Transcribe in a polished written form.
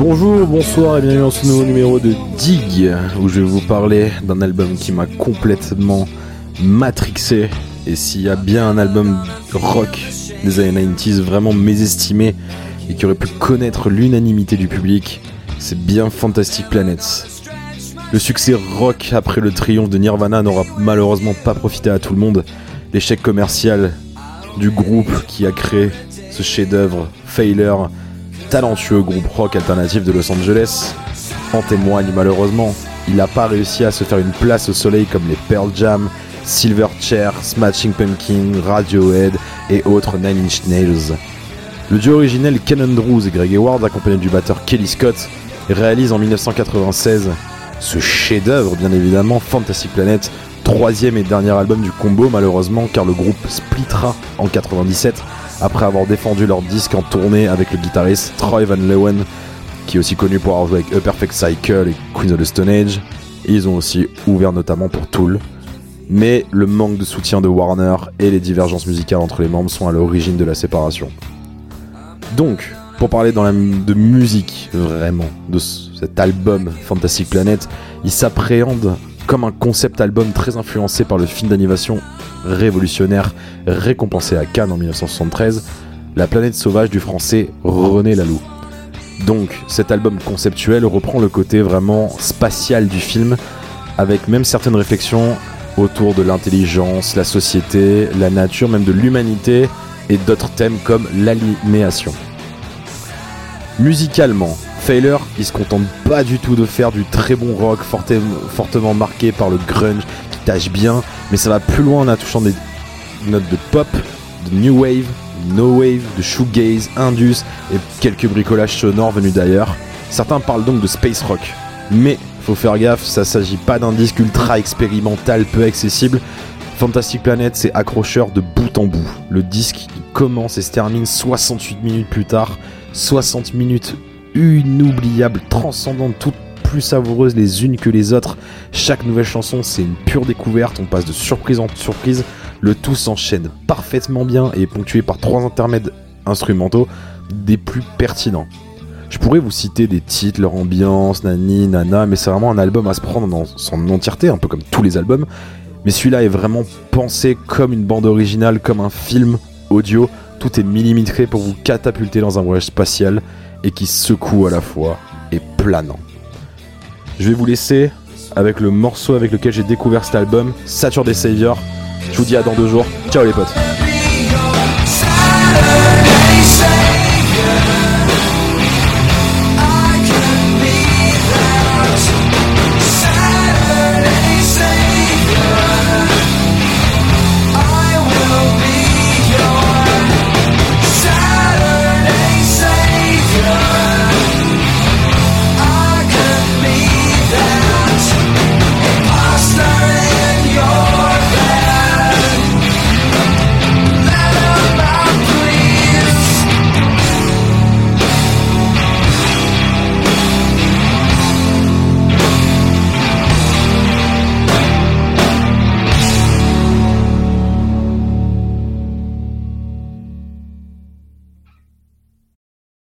Bonjour, bonsoir et bienvenue dans ce nouveau numéro de Dig où je vais vous parler d'un album qui m'a complètement matrixé. Et s'il y a bien un album rock des années 90s vraiment mésestimé et qui aurait pu connaître l'unanimité du public, c'est bien Fantastic Planet. Le succès rock après le triomphe de Nirvana n'aura malheureusement pas profité à tout le monde. L'échec commercial du groupe qui a créé ce chef-d'œuvre, Failure, talentueux groupe rock alternatif de Los Angeles, en témoigne malheureusement. Il n'a pas réussi à se faire une place au soleil comme les Pearl Jam, Silverchair, Smashing Pumpkins, Radiohead et autres Nine Inch Nails. Le duo originel Ken Andrews et Greg Edwards, accompagné du batteur Kelly Scott, réalise en 1996 ce chef-d'œuvre bien évidemment, Fantastic Planet, troisième et dernier album du combo malheureusement, car le groupe splittera en 97 après avoir défendu leur disque en tournée avec le guitariste Troy Van Leeuwen, qui est aussi connu pour avoir joué avec A Perfect Cycle et Queens of the Stone Age. Et ils ont aussi ouvert notamment pour Tool. Mais le manque de soutien de Warner et les divergences musicales entre les membres sont à l'origine de la séparation. Donc, pour parler de musique vraiment de cet album Fantastic Planet, il s'appréhende comme un concept album très influencé par le film d'animation révolutionnaire récompensé à Cannes en 1973, La planète sauvage du français René Laloux. Donc cet album conceptuel reprend le côté vraiment spatial du film, avec même certaines réflexions autour de l'intelligence, la société, la nature, même de l'humanité et d'autres thèmes comme l'aliénation. Musicalement, Failure, il se contente pas du tout de faire du très bon rock fortement marqué par le grunge qui tâche bien, mais ça va plus loin en touchant des notes de pop, de new wave, no wave, de shoegaze, indus et quelques bricolages sonores venus d'ailleurs. Certains parlent donc de space rock, mais faut faire gaffe, ça s'agit pas d'un disque ultra expérimental peu accessible. Fantastic Planet, c'est accrocheur de bout en bout. Le disque il commence et se termine 68 minutes plus tard, 60 minutes inoubliables, transcendantes, toutes plus savoureuses les unes que les autres. Chaque nouvelle chanson, c'est une pure découverte, on passe de surprise en surprise, le tout s'enchaîne parfaitement bien et est ponctué par 3 intermèdes instrumentaux des plus pertinents. Je pourrais vous citer des titres, leur ambiance, nani, nana, mais c'est vraiment un album à se prendre dans son entièreté, un peu comme tous les albums, mais celui-là est vraiment pensé comme une bande originale, comme un film audio, tout est millimétré pour vous catapulter dans un voyage spatial et qui secoue à la fois et planant. Je vais vous laisser avec le morceau avec lequel j'ai découvert cet album, Saturday Savior. Je vous dis à dans 2 jours. Ciao les potes.